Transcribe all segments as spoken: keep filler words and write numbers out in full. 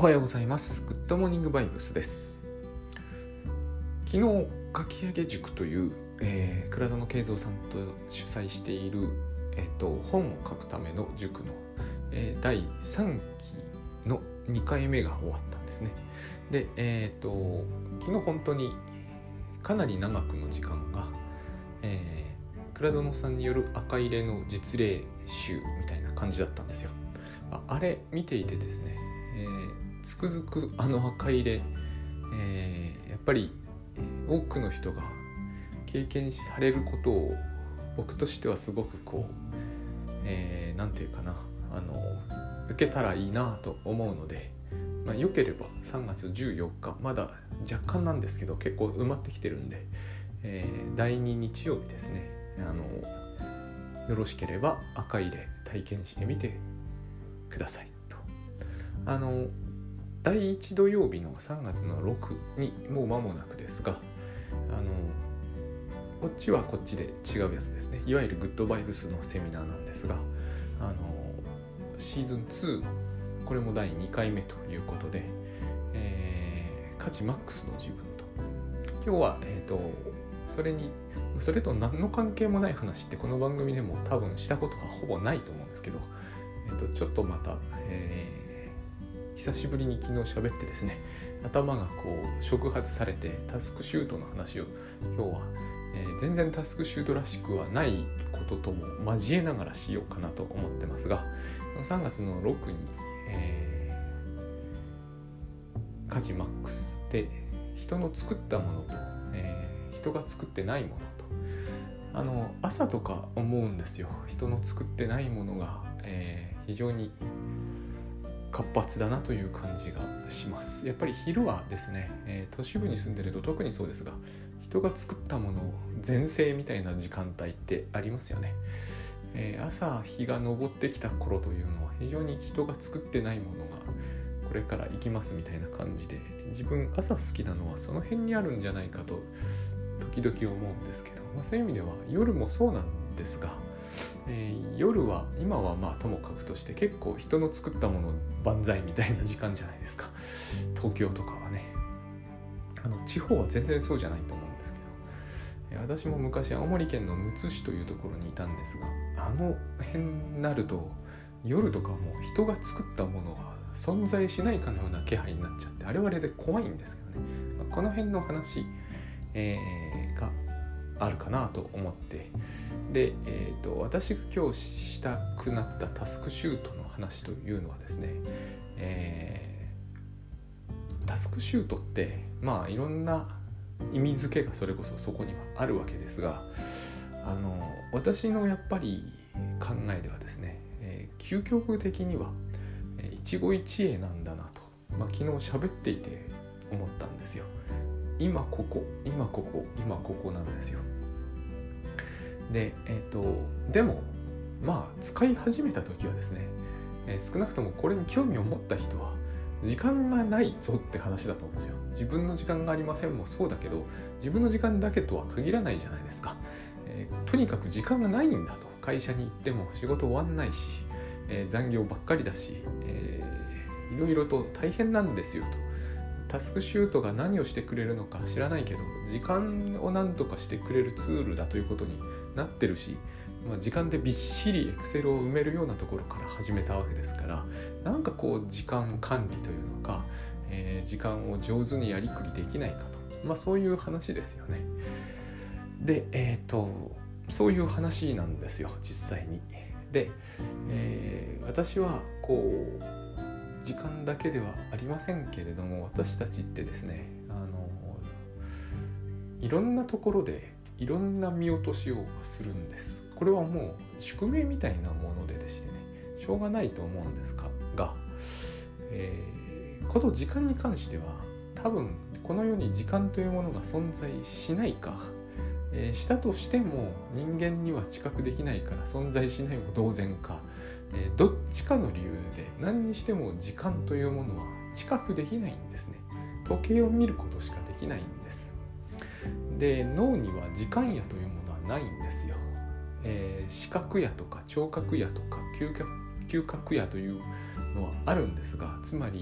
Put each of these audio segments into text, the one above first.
おはようございます。グッドモーニングバイブスです。昨日書き上げ塾という、えー、倉園慶三さんと主催している、えー、と本を書くための塾の、えー、だいさんきのにかいめが終わったんですね。で、えー、と昨日本当にかなり長くの時間が、えー、倉園さんによる赤入れの実例集みたいな感じだったんですよ。あ, あれ見ていてですね、えーつくづくあの赤入れ、えー、やっぱり多くの人が経験されることを僕としてはすごくこう、えー、なんていうかなあの受けたらいいなと思うので、まあ、よければさんがつじゅうよっかまだ若干なんですけど結構埋まってきてるんで、えー、だいに日曜日ですね、あのよろしければ赤入れ体験してみてくださいと。あのだいいち土曜日のさんがつのろくにもう間もなくですが、あのこっちはこっちで違うやつですね。いわゆるグッドバイブスのセミナーなんですが、あのシーズンツーのこれもだいにかいめということで、えー、価値マックスの自分と今日は、えーと、それにそれと何の関係もない話ってこの番組でも多分したことはほぼないと思うんですけど、えーと、ちょっとまた、えー久しぶりに昨日喋ってですね、頭がこう触発されてタスクシュートの話を今日は、えー、全然タスクシュートらしくはないこととも交えながらしようかなと思ってますが、さんがつのろくに、えー、価値マックスで人の作ったものと、えー、人が作ってないものと、あの朝とか思うんですよ。人の作ってないものが、えー、非常に活発だなという感じがします。やっぱり昼はですね、えー、都市部に住んでると特にそうですが、人が作ったもの全盛みたいな時間帯ってありますよね。えー、朝日が昇ってきた頃というのは非常に人が作ってないものがこれから行きますみたいな感じで、自分朝好きなのはその辺にあるんじゃないかと時々思うんですけど、まあ、そういう意味では夜もそうなんですが、えー、夜は今はまあともかくとして結構人の作ったもの万歳みたいな時間じゃないですか。東京とかはね、あの地方は全然そうじゃないと思うんですけど、えー、私も昔青森県のむつ市というところにいたんですが、あの辺になると夜とかも人が作ったものは存在しないかのような気配になっちゃって、あれはあれで怖いんですけどね、まあ、この辺の話、えー、があるかなと思って、で、えーと、私が今日したくなったタスクシュートの話というのはですね、えー、タスクシュートってまあいろんな意味付けがそれこそそこにはあるわけですが、あの私のやっぱり考えではですね、えー、究極的には、えー、一期一会なんだなと、まあ、昨日喋っていて思ったんですよ。今ここ今ここ今ここなんですよ。で、えーと、でもまあ使い始めた時はですね、えー、少なくともこれに興味を持った人は時間がないぞって話だと思うんですよ。自分の時間がありませんもそうだけど、自分の時間だけとは限らないじゃないですか。えー、とにかく時間がないんだと。会社に行っても仕事終わんないし、えー、残業ばっかりだし、えー、いろいろと大変なんですよと。タスクシュートが何をしてくれるのか知らないけど、時間を何とかしてくれるツールだということになってるし、まあ、時間でびっしりエクセルを埋めるようなところから始めたわけですから、なんかこう時間管理というのか、えー、時間を上手にやりくりできないかと、まあそういう話ですよね。で、えっとそういう話なんですよ実際に。で、えー、私はこう時間だけではありませんけれども、私たちってですね、あのいろんなところでいろんな見落としをするんです。これはもう宿命みたいなものででしてね、しょうがないと思うんですが、えー、この時間に関しては多分この世に時間というものが存在しないか、えー、したとしても人間には知覚できないから存在しないも同然か、えー、どっちかの理由で何にしても時間というものは知覚できないんですね。時計を見ることしかできないんです。で、脳には時間やというものはないんですよ。えー、視覚野とか聴覚野とか嗅覚、嗅覚野というのはあるんですが、つまり、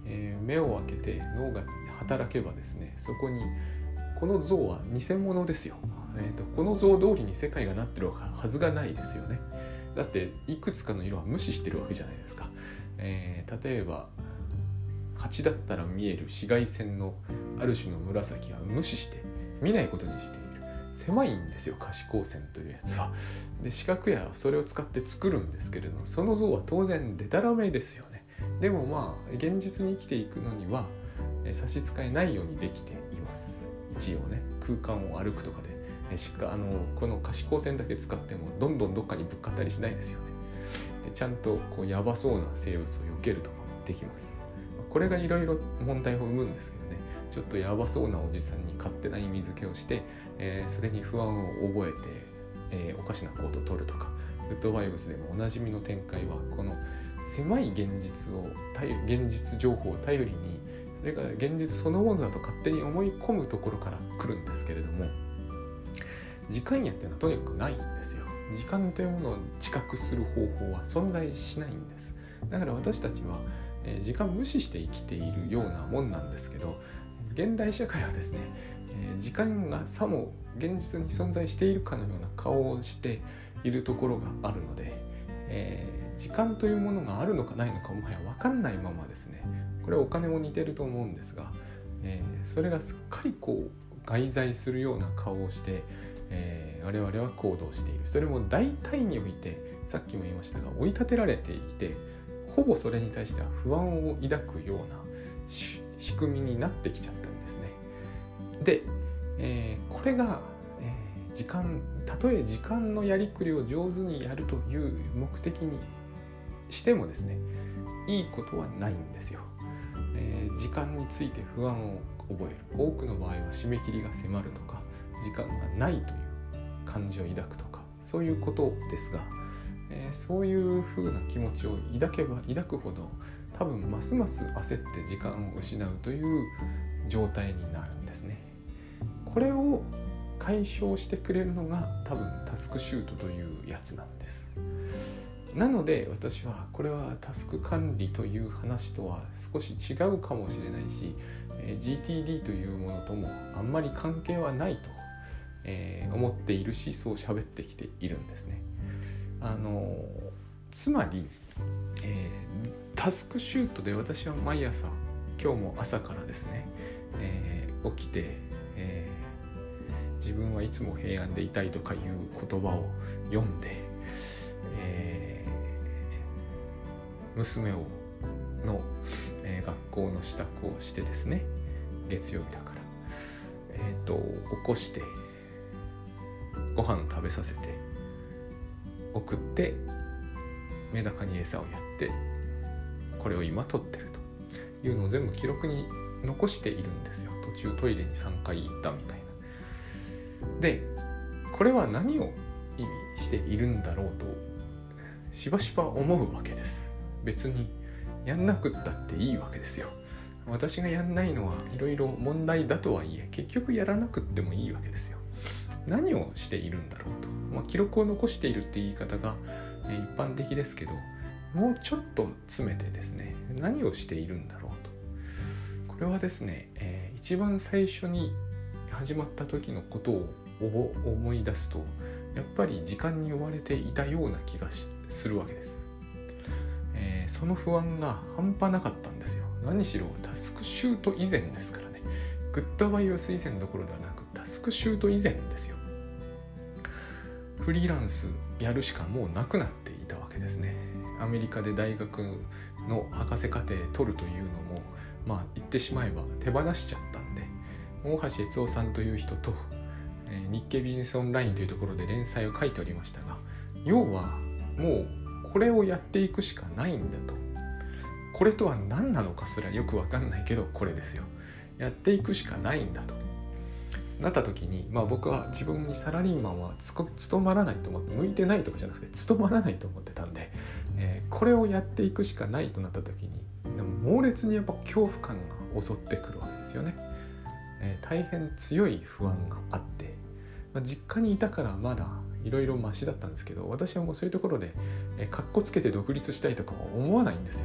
えー、目を開けて脳が働けばですね、そこにこの像は偽物ですよ、えーと、この像通りに世界がなってるはずがないですよね。だっていくつかの色は無視してるわけじゃないですか。えー、例えば蜂だったら見える紫外線のある種の紫は無視して見ないことにしている。狭いんですよ、可視光線というやつは。で、視覚やそれを使って作るんですけれども、その像は当然デタラメですよね。でもまあ現実に生きていくのには差し支えないようにできています。一応ね、空間を歩くとかでしかあのこの可視光線だけ使ってもどんどんどっかにぶっかったりしないですよね。でちゃんとこうやばそうな生物を避けるとかもできます。これがいろいろ問題を生むんですけどね、ちょっとやばそうなおじさんに勝手な意味付けをして、えー、それに不安を覚えて、えー、おかしな行動を取るとか、グッドバイブスでもおなじみの展開はこの狭い現実を現実情報を頼りに、それが現実そのものだと勝手に思い込むところから来るんですけれども、時間やっていうのはとにかくないんですよ。時間というものを知覚する方法は存在しないんです。だから私たちは、えー、時間無視して生きているようなもんなんですけど、現代社会はですね、えー、時間がさも現実に存在しているかのような顔をしているところがあるので、えー、時間というものがあるのかないのかもはや分かんないままですね、これはお金も似てると思うんですが、えー、それがすっかりこう外在するような顔をして、えー、我々は行動している。それも大体において、さっきも言いましたが、追い立てられていて、ほぼそれに対しては不安を抱くような仕組みになってきちゃったんですね。で、えー、これが、えー、時間たとえ時間のやりくりを上手にやるという目的にしてもですね、いいことはないんですよ。えー、時間について不安を覚える。多くの場合は締め切りが迫るとか、時間がないという感じを抱くとか、そういうことですが、えー、そういう風な気持ちを抱けば抱くほど、多分ますます焦って時間を失うという状態になるんですね。これを解消してくれるのが多分タスクシュートというやつなんです。なので私はこれはタスク管理という話とは少し違うかもしれないし、えー、ジーティーディー というものともあんまり関係はないと、えー、思っているし、そう喋ってきているんですね。あのー、つまり、えー、タスクシュートで私は毎朝、今日も朝からですね、えー、起きて、えー、自分はいつも平安でいたいとかいう言葉を読んで、えー、娘をの、えー、学校の支度をしてですね、月曜日だから、えーと、起こしてご飯食べさせて送って、メダカに餌をやって、これを今撮ってるというのを全部記録に残しているんですよ。途中トイレにさんかい行ったみたいな。で、これは何を意味しているんだろうとしばしば思うわけです。別にやんなくったっていいわけですよ。私がやんないのはいろいろ問題だとはいえ、結局やらなくってもいいわけですよ。何をしているんだろうと、まあ、記録を残しているって言い方が、えー、一般的ですけど、もうちょっと詰めてですね、何をしているんだろうと。これはですね、えー、一番最初に始まった時のことを思い出すと、やっぱり時間に追われていたような気がするわけです。えー、その不安が半端なかったんですよ。何しろタスクシュート以前ですからね。グッドバイオス以前どころではなく、タスクシュート以前ですよ。フリーランスやるしかもうなくなっていたわけですね。アメリカで大学の博士課程取るというのも、まあ言ってしまえば手放しちゃったんで、大橋悦夫さんという人と、えー、日経ビジネスオンラインというところで連載を書いておりましたが、要はもうこれをやっていくしかないんだと。これとは何なのかすらよくわかんないけど、これですよ。やっていくしかないんだとなった時に、まあ僕は自分にサラリーマンはつこ務まらないと思って、向いてないとかじゃなくて務まらないと思ってたんで、えー、これをやっていくしかないとなった時に、猛烈にやっぱ恐怖感が襲ってくるわけですよね。えー、大変強い不安があって、まあ、実家にいたからまだいろいろマシだったんですけど、私はもうそういうところで、えー、かっこつけて独立したいとかは思わないんですよ。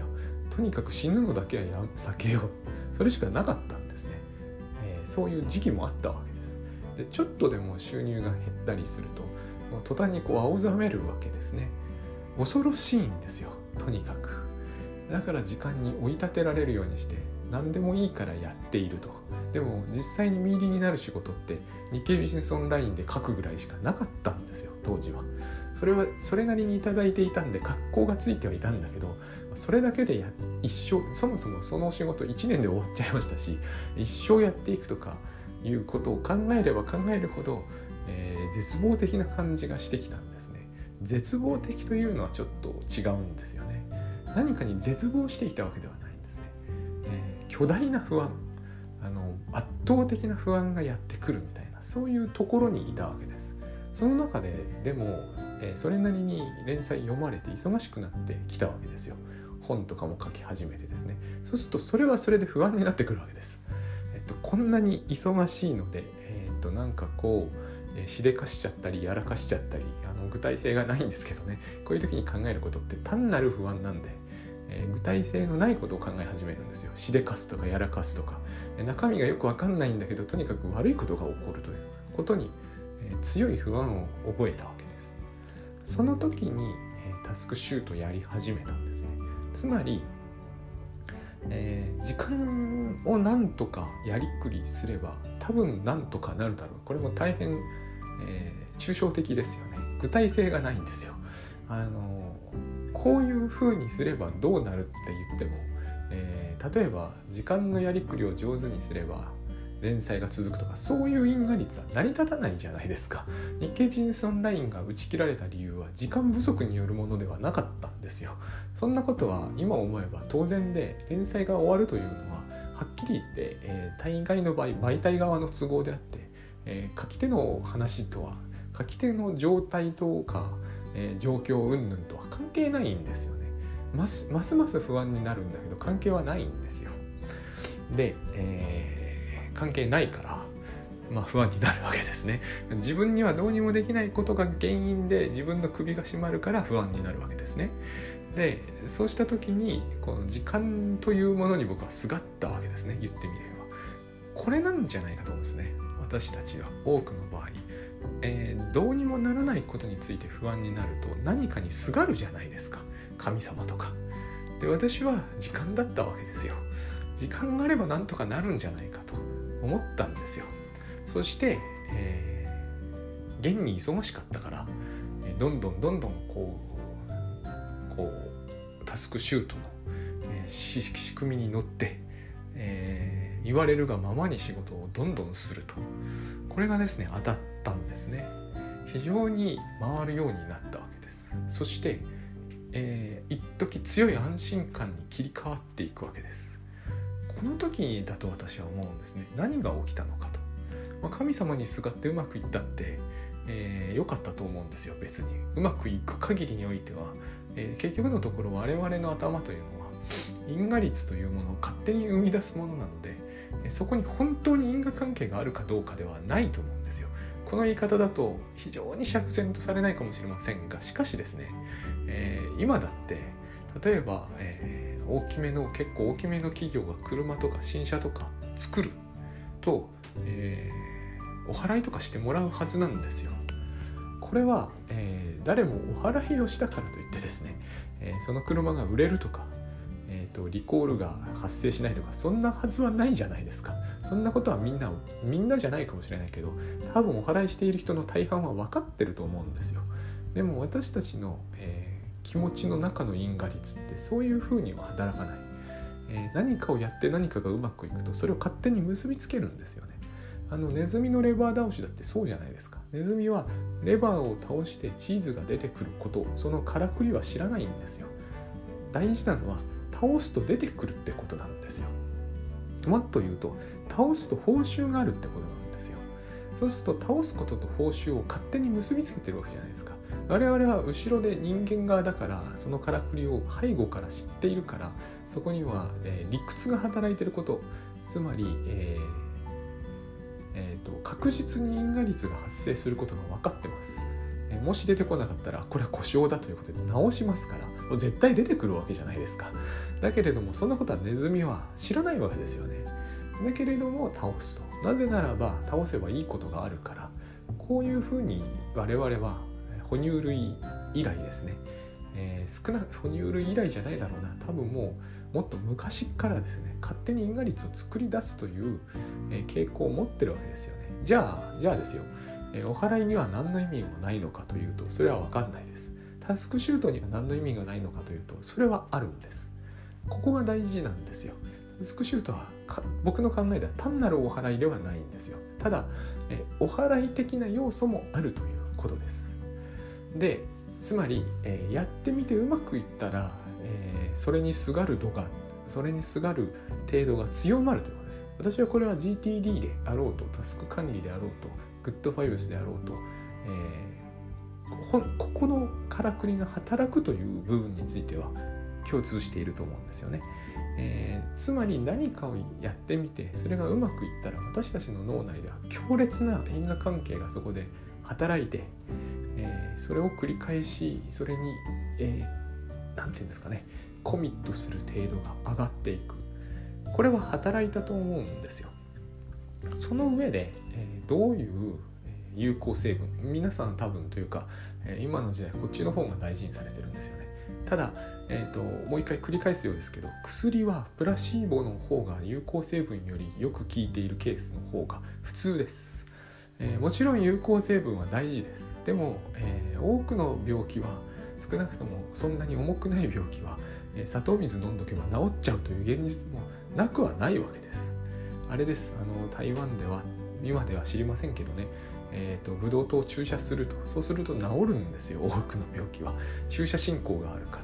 とにかく死ぬのだけはや避けよう、それしかなかったんですね、えー、そういう時期もあったわけです。でちょっとでも収入が減ったりするともう途端にこう青ざめるわけですね。恐ろしいんですよ、とにかく。だから時間に追い立てられるようにして何でもいいからやっていると。でも実際に身入りになる仕事って日経ビジネスオンラインで書くぐらいしかなかったんですよ、当時は。それはそれなりにいただいていたんで格好がついてはいたんだけど、それだけでや一生、そもそもその仕事いちねんで終わっちゃいましたし、一生やっていくとかいうことを考えれば考えるほど、えー、絶望的な感じがしてきたんですね。絶望的というのはちょっと違うんですよね。何かに絶望していたわけではないんですね、えー、巨大な不安、あの圧倒的な不安がやってくるみたいな、そういうところにいたわけです。その中ででも、えー、それなりに連載読まれて忙しくなってきたわけですよ。本とかも書き始めてですね。そうするとそれはそれで不安になってくるわけです。えっと、こんなに忙しいので、えー、っとなんかこう、えー、しでかしちゃったりやらかしちゃったり、あの具体性がないんですけどね、こういう時に考えることって単なる不安なんで、えー、具体性のないことを考え始めるんですよ。しでかすとかやらかすとか、中身がよく分かんないんだけどとにかく悪いことが起こるということに、えー、強い不安を覚えたわけです。その時に、えー、タスクシュートやり始めたんですね。つまり、えー、時間をなんとかやりくりすれば多分なんとかなるだろう。これも大変、えー、抽象的ですよね。具体性がないんですよ。あのこういう風にすればどうなるって言っても、えー、例えば時間のやりくりを上手にすれば連載が続くとか、そういう因果率は成り立たないじゃないですか。日経ビジネスオンラインが打ち切られた理由は時間不足によるものではなかったんですよ。そんなことは今思えば当然で、連載が終わるというのははっきり言って、えー、大概の場合媒体側の都合であって、えー、書き手の話とは、書き手の状態とか、えー、状況云々とは関係ないんですよね。ますますます不安になるんだけど関係はないんですよ。で、えー関係ないから、まあ、不安になるわけですね。自分にはどうにもできないことが原因で自分の首が締まるから不安になるわけですね。で、そうした時にこの時間というものに僕はすがったわけですね。言ってみればこれなんじゃないかと思うんですね。私たちは多くの場合、えー、どうにもならないことについて不安になると何かにすがるじゃないですか。神様とかで、私は時間だったわけですよ。時間があればなんとかなるんじゃないかと思ったんですよ。そして、えー、現に忙しかったから、えー、どんどんどんどんこうこうタスクシュートの、えー、仕組みに乗って、えー、言われるがままに仕事をどんどんすると、これがですね当たったんですね。非常に回るようになったわけです。そして、えー、一時強い安心感に切り替わっていくわけです。この時だと私は思うんですね。何が起きたのかと、まあ、神様にすがってうまくいったって、えー、良かったと思うんですよ。別にうまくいく限りにおいては、えー、結局のところ我々の頭というのは因果率というものを勝手に生み出すものなので、えー、そこに本当に因果関係があるかどうかではないと思うんですよ。この言い方だと非常に釈然とされないかもしれませんが、しかしですね、えー、今だって例えば、えー大きめの結構大きめの企業が車とか新車とか作ると、えー、お払いとかしてもらうはずなんですよ。これは、えー、誰もお払いをしたからといってですね、えー、その車が売れるとか、えーと、リコールが発生しないとか、そんなはずはないじゃないですか。そんなことはみんなみんなじゃないかもしれないけど、多分お払いしている人の大半は分かってると思うんですよ。でも私たちの、えー気持ちの中の因果率ってそういうふうには働かない、えー、何かをやって何かがうまくいくとそれを勝手に結びつけるんですよね。あのネズミのレバー倒しだってそうじゃないですか。ネズミはレバーを倒してチーズが出てくること、そのからくりは知らないんですよ。大事なのは倒すと出てくるってことなんですよ。もっと言うと倒すと報酬があるってことなんですよ。そうすると倒すことと報酬を勝手に結びつけてるわけじゃないですか。我々は後ろで人間側だから、そのからくりを背後から知っているから、そこには、えー、理屈が働いていること、つまり、えーえーと、確実に因果率が発生することが分かってます。 えもし出てこなかったらこれは故障だということで直しますから、もう絶対出てくるわけじゃないですか。だけれどもそんなことはネズミは知らないわけですよね。だけれども倒すと、なぜならば倒せばいいことがあるから。こういうふうに我々は哺乳類以来ですね、えー、少なく哺乳類以来じゃないだろうな、多分もうもっと昔からですね、勝手に因果率を作り出すという、えー、傾向を持ってるわけですよね。じゃあじゃあですよ、えー、お祓いには何の意味もないのかというと、それは分かんないです。タスクシュートには何の意味がないのかというと、それはあるんです。ここが大事なんですよ。タスクシュートは僕の考えでは単なるお祓いではないんですよ。ただえお祓い的な要素もあるということです。でつまり、えー、やってみてうまくいったら、えー、それにすがる度がそれにすがる程度が強まるということです。私はこれは ジーティーディー であろうと、タスク管理であろうと、グッドバイブスであろうと、えー、こ, ここのからくりが働くという部分については共通していると思うんですよね。えー、つまり何かをやってみてそれがうまくいったら、私たちの脳内では強烈な因果関係がそこで働いて、えー、それを繰り返しそれに、えー、なんていうんですかね、コミットする程度が上がっていく。これは働いたと思うんですよ。その上で、えー、どういう有効成分、皆さん多分というか、えー、今の時代こっちの方が大事にされてるんですよね。ただ、えーと、もう一回繰り返すようですけど、薬はプラシーボの方が有効成分よりよく効いているケースの方が普通です。えー、もちろん有効成分は大事です。でも、えー、多くの病気は、少なくともそんなに重くない病気は、えー、砂糖水飲んどけば治っちゃうという現実もなくはないわけです。あれです、あの台湾では今では知りませんけどね、えーと、ブドウ糖を注射すると、そうすると治るんですよ。多くの病気は注射進行があるから。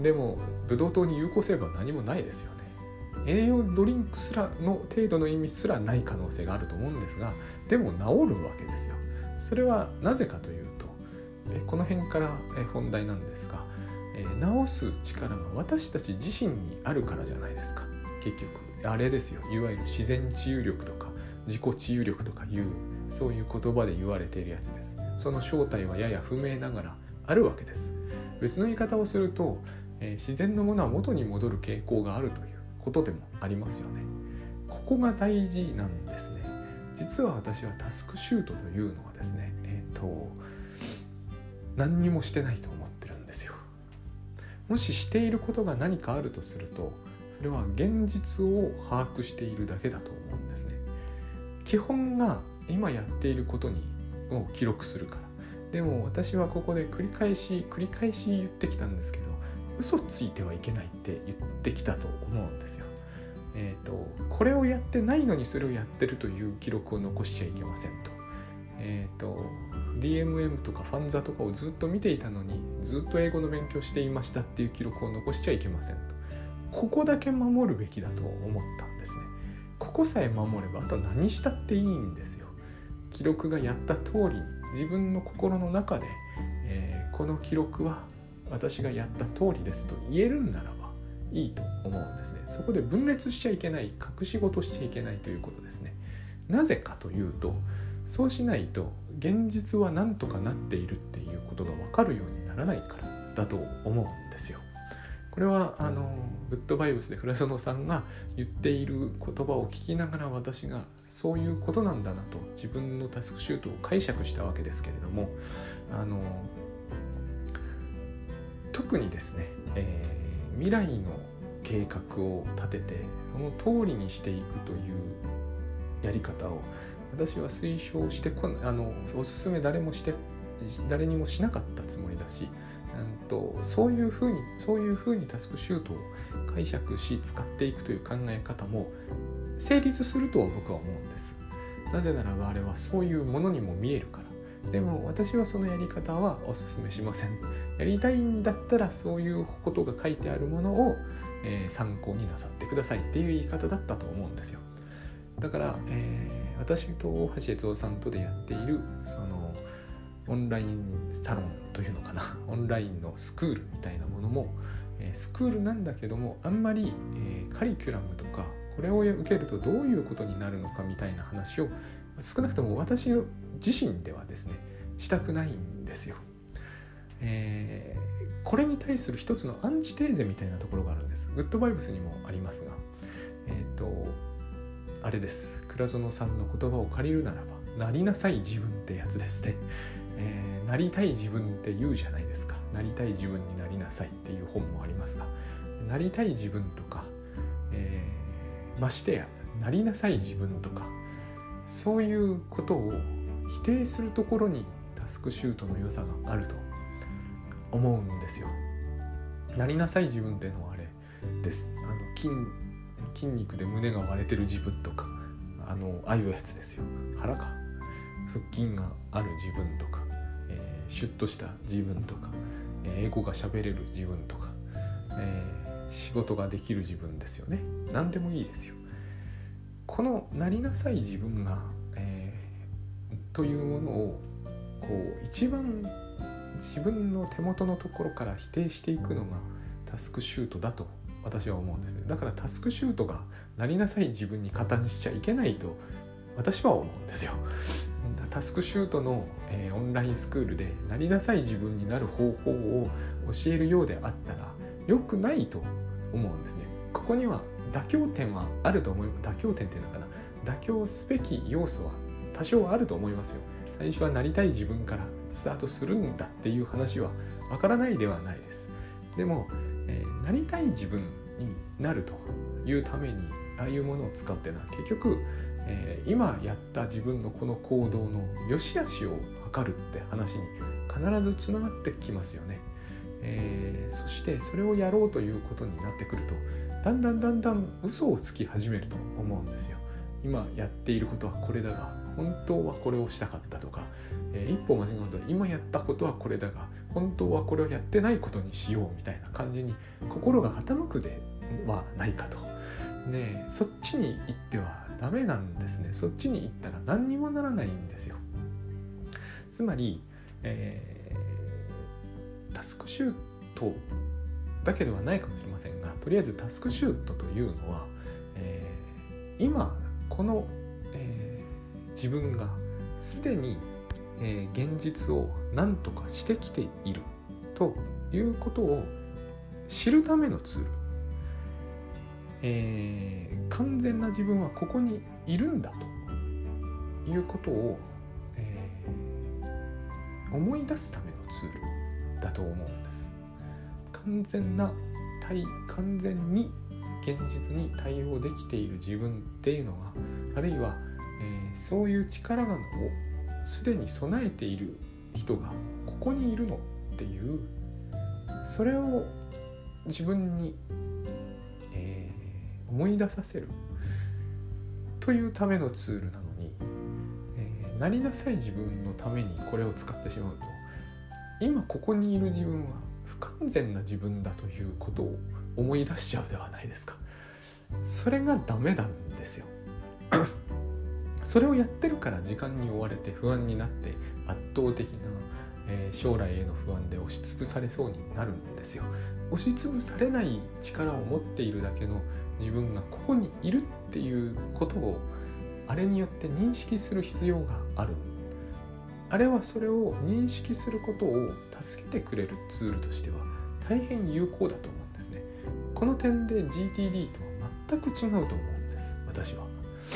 でもブドウ糖に有効成分は何もないですよね。栄養ドリンクすらの程度の意味すらない可能性があると思うんですが、でも治るわけですよ。それはなぜかというと、えこの辺から本題なんですが、え治す力が私たち自身にあるからじゃないですか。結局あれですよ、いわゆる自然治癒力とか自己治癒力とかいう、そういう言葉で言われているやつです。その正体はやや不明ながらあるわけです。別の言い方をすると、えー、自然のものは元に戻る傾向があるということでもありますよね。ここが大事なんですね。実は私はタスクシュートというのはですね、えーと、何にもしてないと思ってるんですよ。もししていることが何かあるとすると、それは現実を把握しているだけだと思うんですね。基本が今やっていることにを記録するから。でも私はここで繰り返し繰り返し言ってきたんですけど、嘘ついてはいけないって言ってきたと思うんですよ。えーと、これをやってないのにそれをやってるという記録を残しちゃいけませんと。えーと、ディーエムエム とかファンザとかをずっと見ていたのにずっと英語の勉強していましたっていう記録を残しちゃいけませんと。ここだけ守るべきだと思ったんですね。ここさえ守ればあと何したっていいんですよ。記録がやった通りに自分の心の中で、えー、この記録は私がやった通りですと言えるんならばいいと思うんですね。そこで分裂しちゃいけない、隠し事しちゃいけないということですね。なぜかというと、そうしないと現実は何とかなっているっていうことが分かるようにならないからだと思うんですよ。これはあのグッドバイブスで倉園さんが言っている言葉を聞きながら、私がそういうことなんだなと自分のタスクシュートを解釈したわけですけれども、あの特にですね、えー、未来の計画を立ててその通りにしていくというやり方を私は推奨してこなあのおすすめ誰もして誰にもしなかったつもりだし、うんとそういうふうにそういうふうにタスクシュートを解釈し使っていくという考え方も成立するとは僕は思うんです。なぜならばあれはそういうものにも見えるから。でも私はそのやり方はおすすめしません。やりたいんだったらそういうことが書いてあるものを、えー、参考になさってくださいっていう言い方だったと思うんですよ。だから、えー、私と大橋悦夫さんとでやっているそのオンラインサロンというのかな、オンラインのスクールみたいなものも、えー、スクールなんだけどもあんまり、えー、カリキュラムとかこれを受けるとどういうことになるのかみたいな話を少なくとも私自身ではですねしたくないんですよ。えー、これに対する一つのアンチテーゼみたいなところがあるんです。グッドバイブスにもありますが、えっとあれです。倉園さんの言葉を借りるならば、なりなさい自分ってやつですね。えー、なりたい自分って言うじゃないですか。なりたい自分になりなさいっていう本もありますが、なりたい自分とか、えー、ましてやなりなさい自分とか、そういうことを否定するところにタスクシュートの良さがあると思うんですよ。なりなさい自分っていうのはあれです。あの 筋, 筋肉で胸が割れてる自分とか、あのああいうやつですよ。腹か腹筋がある自分とか、えー、シュッとした自分とか、えー、英語が喋れる自分とか、えー、仕事ができる自分ですよね。何でもいいですよ。このなりなさい自分が、えー、というものをこう一番自分の手元のところから否定していくのがタスクシュートだと私は思うんですね。だからタスクシュートがなりなさい自分に加担しちゃいけないと私は思うんですよ。タスクシュートの、えー、オンラインスクールでなりなさい自分になる方法を教えるようであったら良くないと思うんですね。ここには妥協点はあると思います。妥協点っていうのかな、妥協すべき要素は多少あると思いますよ。最初はなりたい自分からスタートするんだっていう話はわからないではないです。でも、えー、なりたい自分になるというためにああいうものを使ってのは結局、えー、今やった自分のこの行動の良し悪しを測るって話に必ずつながってきますよね。えー、そしてそれをやろうということになってくるとだんだんだんだん嘘をつき始めると思うんですよ。今やっていることはこれだが本当はこれをしたかったとか、えー、一歩間違うと今やったことはこれだが本当はこれをやってないことにしようみたいな感じに心が傾くではないかと。ねえ、そっちに行ってはダメなんですね。そっちに行ったら何にもならないんですよ。つまり、えー、タスクシュートだけではないかもしれませんが、とりあえずタスクシュートというのは、えー、今この、えー、自分がすでに、えー、現実を何とかしてきているということを知るためのツール、えー、完全な自分はここにいるんだということを、えー、思い出すためのツールだと思うんです。完全な対完全に現実に対応できている自分っていうのが、あるいは、えー、そういう力がをすでに備えている人がここにいるのっていう、それを自分に、えー、思い出させるというためのツールなのに、えー、なりなさい自分のためにこれを使ってしまうと、今ここにいる自分は不完全な自分だということを思い出しちゃうではないですか。それがダメなんですよ。それをやってるから時間に追われて不安になって圧倒的な、えー、将来への不安で押しつぶされそうになるんですよ。押しつぶされない力を持っているだけの自分がここにいるっていうことをあれによって認識する必要がある。あれはそれを認識することを助けてくれるツールとしては大変有効だと思うんですね。この点で ジーティーディー とは全く違うと思うんです、私は。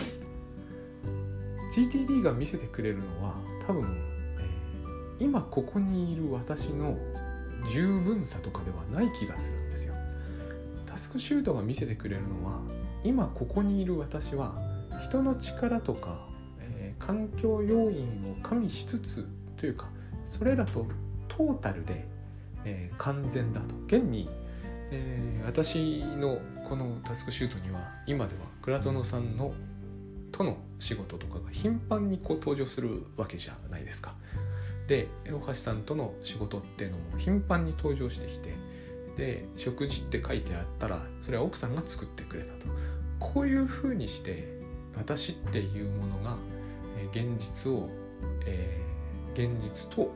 ジーティーディー が見せてくれるのは多分、えー、今ここにいる私の十分さとかではない気がするんですよ。タスクシュートが見せてくれるのは、今ここにいる私は人の力とか、えー、環境要因を加味しつつというか、それらとトータルで、えー、完全だと。現に、えー、私のこのタスクシュートには今では倉園さんのとの仕事とかが頻繁にこう登場するわけじゃないですか。で、大橋さんとの仕事っていうのも頻繁に登場してきて、で、食事って書いてあったらそれは奥さんが作ってくれたと。こういう風にして私っていうものが、えー、現実を、えー、現実と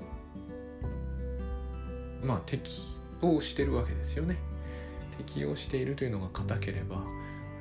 まあ適応してるわけですよね。適応しているというのが固ければ、うん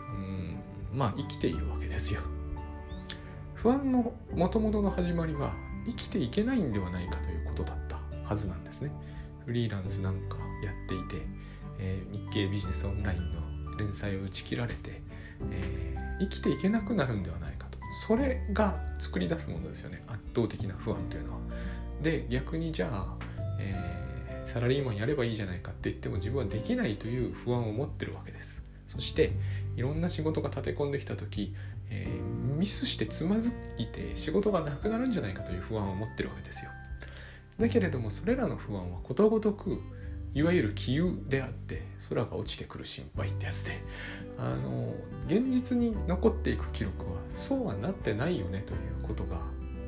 、まあ生きているわけですよ。不安の元々の始まりは生きていけないんではないかということだったはずなんですね。フリーランスなんかやっていて、えー、日経ビジネスオンラインの連載を打ち切られて、えー、生きていけなくなるんではないかと。それが作り出すものですよね、圧倒的な不安というのは。で、逆にじゃあ、えー、サラリーマンやればいいじゃないかって言っても自分はできないという不安を持ってるわけです。そしていろんな仕事が立て込んできた時、えー、ミスしてつまずいて仕事がなくなるんじゃないかという不安を持ってるわけですよ。だけれどもそれらの不安はことごとくいわゆる杞憂であって、空が落ちてくる心配ってやつで、あの現実に残っていく記録はそうはなってないよねということが、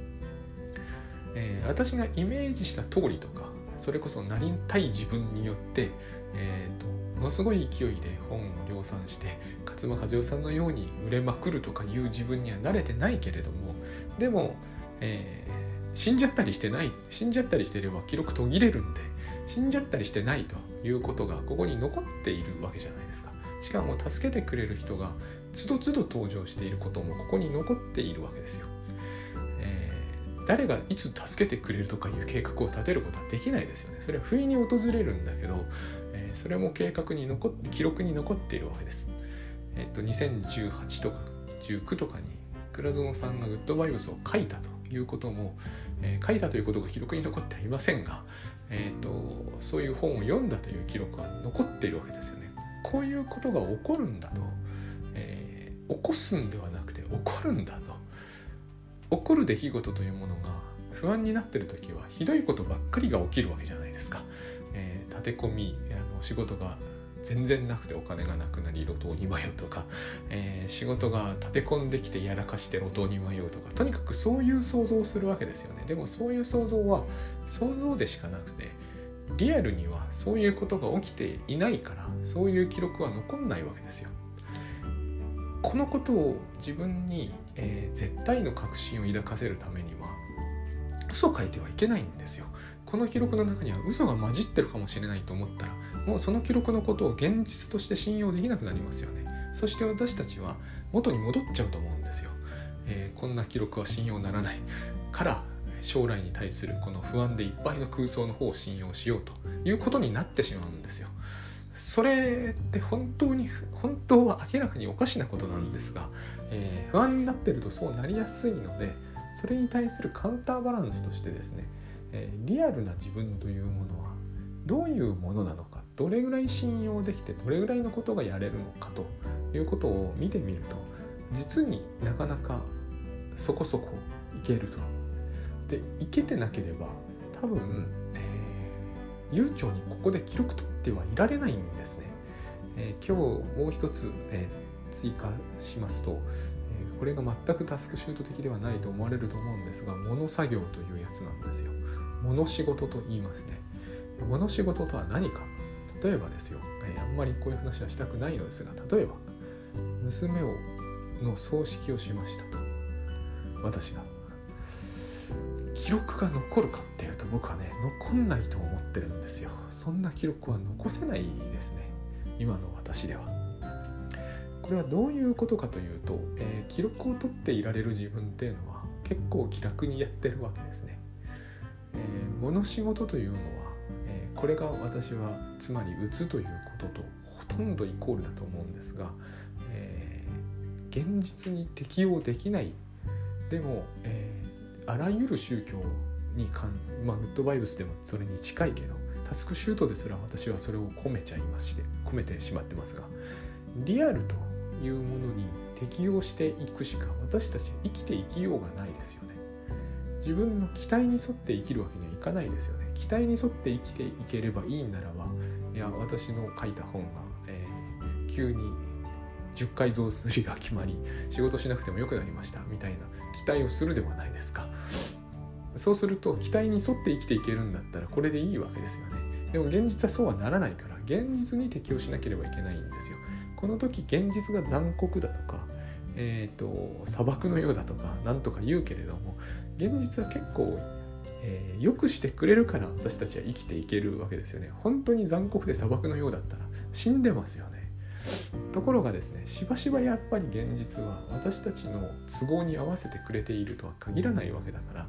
えー、私がイメージした通りとか、それこそなりたい自分によって、えーと、ものすごい勢いで本を量産して勝間和代さんのように売れまくるとかいう自分には慣れてないけれども、でも、えー、死んじゃったりしてない死んじゃったりしていれば記録途切れるんで、死んじゃったりしてないということがここに残っているわけじゃないですか。しかも助けてくれる人がつどつど登場していることもここに残っているわけですよ。えー、誰がいつ助けてくれるとかいう計画を立てることはできないですよね。それは不意に訪れるんだけど、えー、それも計画に残って記録に残っているわけです。えっとにせんじゅうはちとかじゅうきゅうとかに倉園さんがグッドバイブスを書いたということも、えー、書いたということが記録に残ってはいませんが、えーと、そういう本を読んだという記録は残っているわけですよね。こういうことが起こるんだと、えー、起こすんではなくて起こるんだと。起こる出来事というものが不安になっているときはひどいことばっかりが起きるわけじゃないですか。えー、立て込み、あの仕事が全然なくてお金がなくなり路頭に迷うとか、えー、仕事が立て込んできてやらかして路頭に迷うとか、とにかくそういう想像をするわけですよね。でもそういう想像は想像でしかなくて、リアルにはそういうことが起きていないから、そういう記録は残んないわけですよ。このことを自分に、えー、絶対の確信を抱かせるためには嘘を書いてはいけないんですよ。この記録の中には嘘が混じってるかもしれないと思ったら、もうその記録のことを現実として信用できなくなりますよね。そして私たちは元に戻っちゃうと思うんですよ。えー、こんな記録は信用ならないから将来に対するこの不安でいっぱいの空想の方を信用しようということになってしまうんですよ。それって本当に本当は明らかにおかしなことなんですが、えー、不安になっているとそうなりやすいので、それに対するカウンターバランスとしてですね、えー、リアルな自分というものはどういうものなのか、どれぐらい信用できてどれぐらいのことがやれるのかということを見てみると、実になかなかそこそこいけると。で、いけてなければ多分、えー、悠長にここで記録取ってはいられないんですね。えー、今日もう一つ、えー、追加しますと、えー、これが全くタスクシュート的ではないと思われると思うんですが、物作業というやつなんですよ。物仕事と言いますね。物仕事とは何か。例えばですよ、えー、あんまりこういう話はしたくないのですが、例えば娘をの葬式をしましたと、私が記録が残るかっていうと、僕はね残んないと思ってるんですよ。そんな記録は残せないですね、今の私では。これはどういうことかというと、えー、記録を取っていられる自分っていうのは結構気楽にやってるわけですね。えー、物仕事というのは、えー、これが私はつまり打つということとほとんどイコールだと思うんですが、えー、現実に適用できない。でも、えー、あらゆる宗教に関、まあ、グッドバイブスでもそれに近いけど、タスクシュートですら私はそれを込めちゃいまして込めてしまってますが、リアルというものに適応していくしか私たち生きていきようがないですよね。自分の期待に沿って生きるわけにはいかないですよね。期待に沿って生きていければいいならば、いや私の書いた本が、えー、急にじゅっかい増刷が決まり仕事しなくてもよくなりましたみたいな期待をするではないですか。そうすると期待に沿って生きていけるんだったらこれでいいわけですよね。でも現実はそうはならないから、現実に適応しなければいけないんですよ。この時現実が残酷だとか、えーと、砂漠のようだとかなんとか言うけれども、現実は結構、えー、良くしてくれるから私たちは生きていけるわけですよね。本当に残酷で砂漠のようだったら死んでますよね。ところがですね、しばしばやっぱり現実は私たちの都合に合わせてくれているとは限らないわけだから、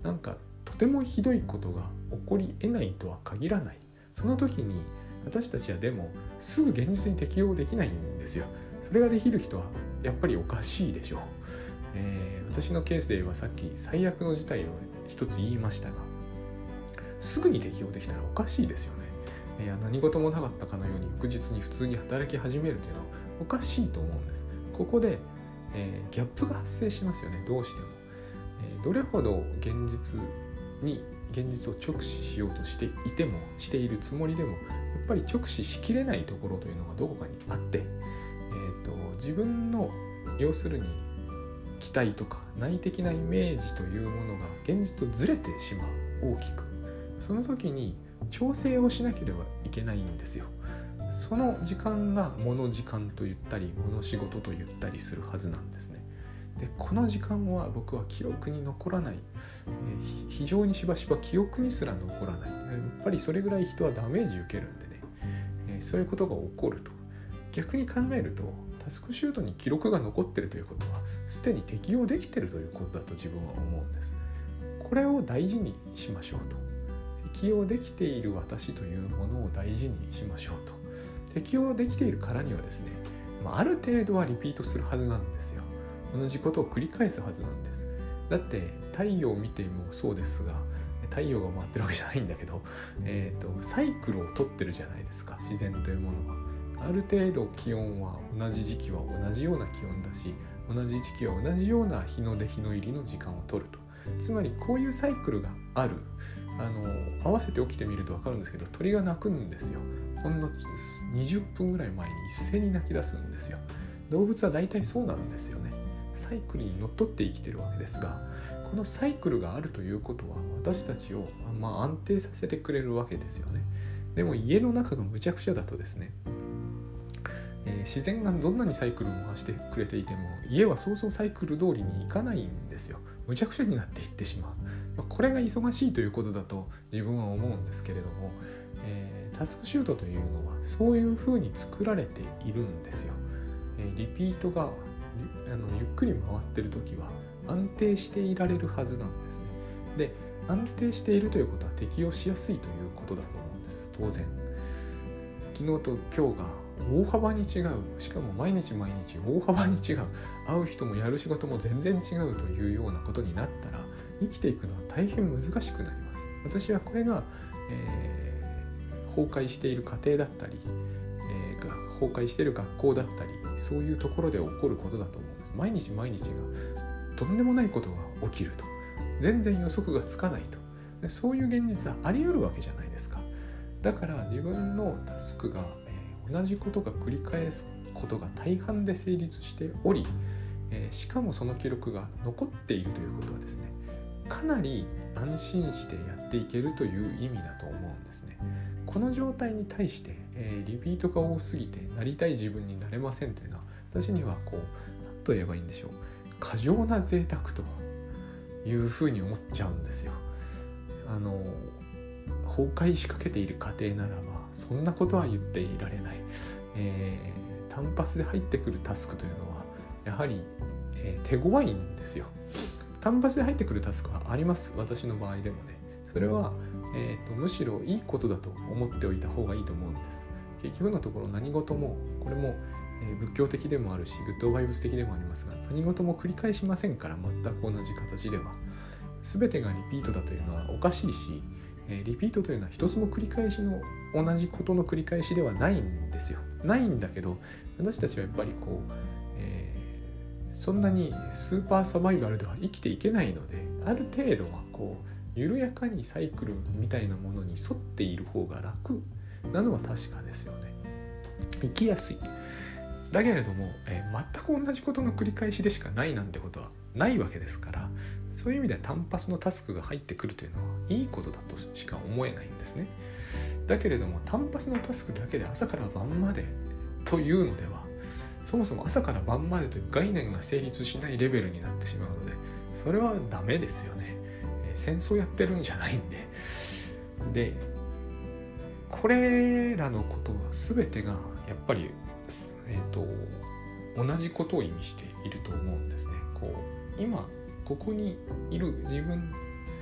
なんかとてもひどいことが起こり得ないとは限らない。その時に私たちはでもすぐ現実に適応できないんですよ。それができる人はやっぱりおかしいでしょう。えー、私のケースで言えばさっき最悪の事態を一つ言いましたが、すぐに適応できたらおかしいですよね。いや何事もなかったかのように翌日に普通に働き始めるというのはおかしいと思うんです。ここで、えー、ギャップが発生しますよね。どうしても、えー、どれほど現実に現実を直視しようとしていてもしているつもりでもやっぱり直視しきれないところというのがどこかにあって、えーと、自分の要するに期待とか内的なイメージというものが現実とずれてしまう。大きくその時に調整をしなければいけないんですよ。その時間が物時間と言ったり物仕事と言ったりするはずなんですね。でこの時間は僕は記憶に残らない、えー、非常にしばしば記憶にすら残らない。やっぱりそれぐらい人はダメージ受けるんでね、えー、そういうことが起こると。逆に考えるとタスクシュートに記録が残っているということはすでに適用できているということだと自分は思うんです。これを大事にしましょうと。適用できている私というものを大事にしましょうと。適用できているからにはですね、まあ、ある程度はリピートするはずなんですよ。同じことを繰り返すはずなんです。だって太陽を見てもそうですが、太陽が回ってるわけじゃないんだけど、えーと、サイクルを取ってるじゃないですか、自然というものは。ある程度気温は同じ時期は同じような気温だし、同じ時期は同じような日の出日の入りの時間を取ると。つまりこういうサイクルがある。あの合わせて起きてみると分かるんですけど、鳥が鳴くんですよ。ほんのにじゅっぷんぐらい前に一斉に鳴き出すんですよ。動物は大体そうなんですよね。サイクルにのっとって生きてるわけですが、このサイクルがあるということは私たちを、まあ、安定させてくれるわけですよね。でも家の中がむちゃくちゃだとですね、えー、自然がどんなにサイクルを回してくれていても家はそうそうサイクル通りにいかないんですよ。むちゃくちゃになっていってしまう。これが忙しいということだと自分は思うんですけれども、えー、タスクシュートというのはそういうふうに作られているんですよ。えー、リピートがあのゆっくり回ってる時は安定していられるはずなんですね。で、安定しているということは適応しやすいということだと思うんです。当然昨日と今日が大幅に違う、しかも毎日毎日大幅に違う、会う人もやる仕事も全然違うというようなことになったら生きていくのは大変難しくなります。私はこれが、えー、崩壊している家庭だったり、えー、崩壊している学校だったり、そういうところで起こることだと思うんです。毎日毎日がとんでもないことが起きると、全然予測がつかないと。でそういう現実はあり得るわけじゃないですか。だから自分のタスクが、えー、同じことが繰り返すことが大半で成立しており、えー、しかもその記録が残っているということはですね、かなり安心してやっていけるという意味だと思うんですね。この状態に対して、えー、リピートが多すぎてなりたい自分になれませんというのは、私にはこう何と言えばいいんでしょう、過剰な贅沢というふうに思っちゃうんですよ。あの崩壊しかけている家庭ならばそんなことは言っていられない、えー、単発で入ってくるタスクというのはやはり、えー、手強いんですよ。単発で入ってくるタスクはあります。私の場合でもね。それは、えーと、むしろいいことだと思っておいた方がいいと思うんです。結局のところ何事も、これも、えー、仏教的でもあるし、グッドバイブス的でもありますが、何事も繰り返しませんから、全く同じ形では。全てがリピートだというのはおかしいし、えー、リピートというのは一つも繰り返しの同じことの繰り返しではないんですよ。ないんだけど、私たちはやっぱりこう、えーそんなにスーパーサバイバルでは生きていけないので、ある程度はこう緩やかにサイクルみたいなものに沿っている方が楽なのは確かですよね。生きやすい。だけれども、えー、全く同じことの繰り返しでしかないなんてことはないわけですから、そういう意味では単発のタスクが入ってくるというのはいいことだとしか思えないんですね。だけれども単発のタスクだけで朝から晩までというのでは、そもそも朝から晩までという概念が成立しないレベルになってしまうので、それはダメですよね。えー、戦争やってるんじゃないんで。で、これらのことは全てがやっぱり、えーと、同じことを意味していると思うんですね。こう今ここにいる自分、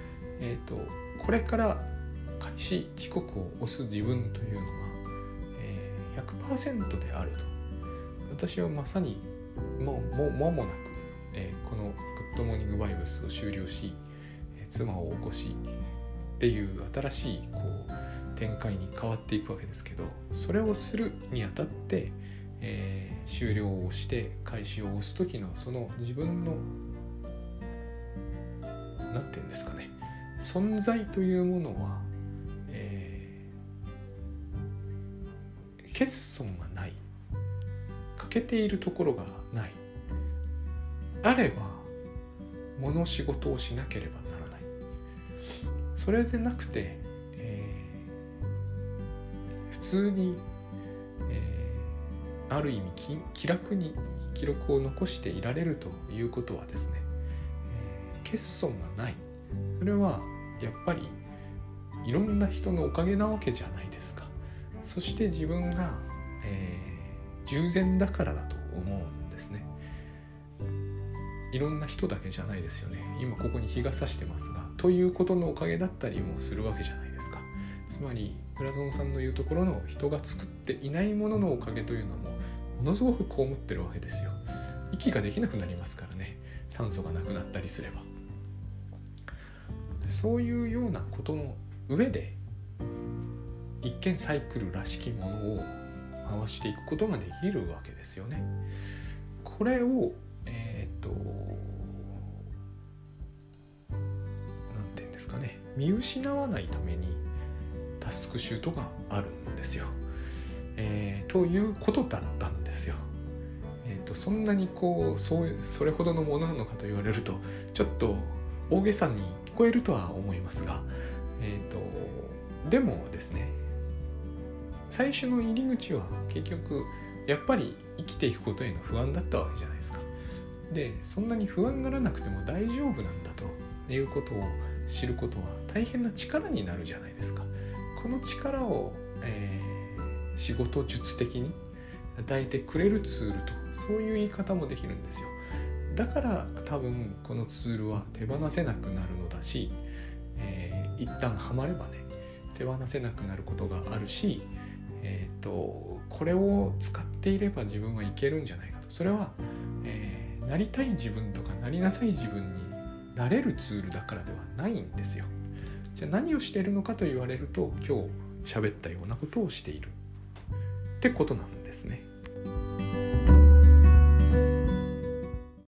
えーと、これから開始時刻を押す自分というのは、えー、ひゃくパーセント であると。私はまさにもうもう間もなく、えー、このグッドモーニングバイブスを終了し、えー、妻を起こしっていう新しいこう展開に変わっていくわけですけど、それをするにあたって、えー、終了をして開始を押す時のその自分のなんていうんですかね、存在というものは、えー、欠損がない、欠けているところがない、あれば物仕事をしなければならない。それでなくて、えー、普通に、えー、ある意味気楽に記録を残していられるということはですね、えー、欠損がない。それはやっぱりいろんな人のおかげなわけじゃないですか。そして自分が、えー、従前だからだと思うんですね。いろんな人だけじゃないですよね。今ここに日が差してますが、ということのおかげだったりもするわけじゃないですか。つまり村園さんの言うところの人が作っていないもののおかげというのもものすごく被ってるわけですよ。息ができなくなりますからね、酸素がなくなったりすれば。そういうようなことの上で一見サイクルらしきものを回していくことができるわけですよね。これをえー、っとなんていうんですかね、見失わないためにタスクシュートがあるんですよ、えー、ということだったんですよ。えー、っとそんなにこうそうそれほどのものなのかと言われるとちょっと大げさに聞こえるとは思いますが、えー、とでもですね、最初の入り口は結局やっぱり生きていくことへの不安だったわけじゃないですか。で、そんなに不安がらなくても大丈夫なんだということを知ることは大変な力になるじゃないですか。この力を、えー、仕事術的に与えてくれるツールと、そういう言い方もできるんですよ。だから多分このツールは手放せなくなるのだし、えー、一旦ハマればね手放せなくなることがあるし、えー、とこれを使っていれば自分はいけるんじゃないかと。それは、えー、なりたい自分とかなりなさい自分になれるツールだからではないんですよ。じゃあ何をしているのかと言われると、今日喋ったようなことをしているってことなんです。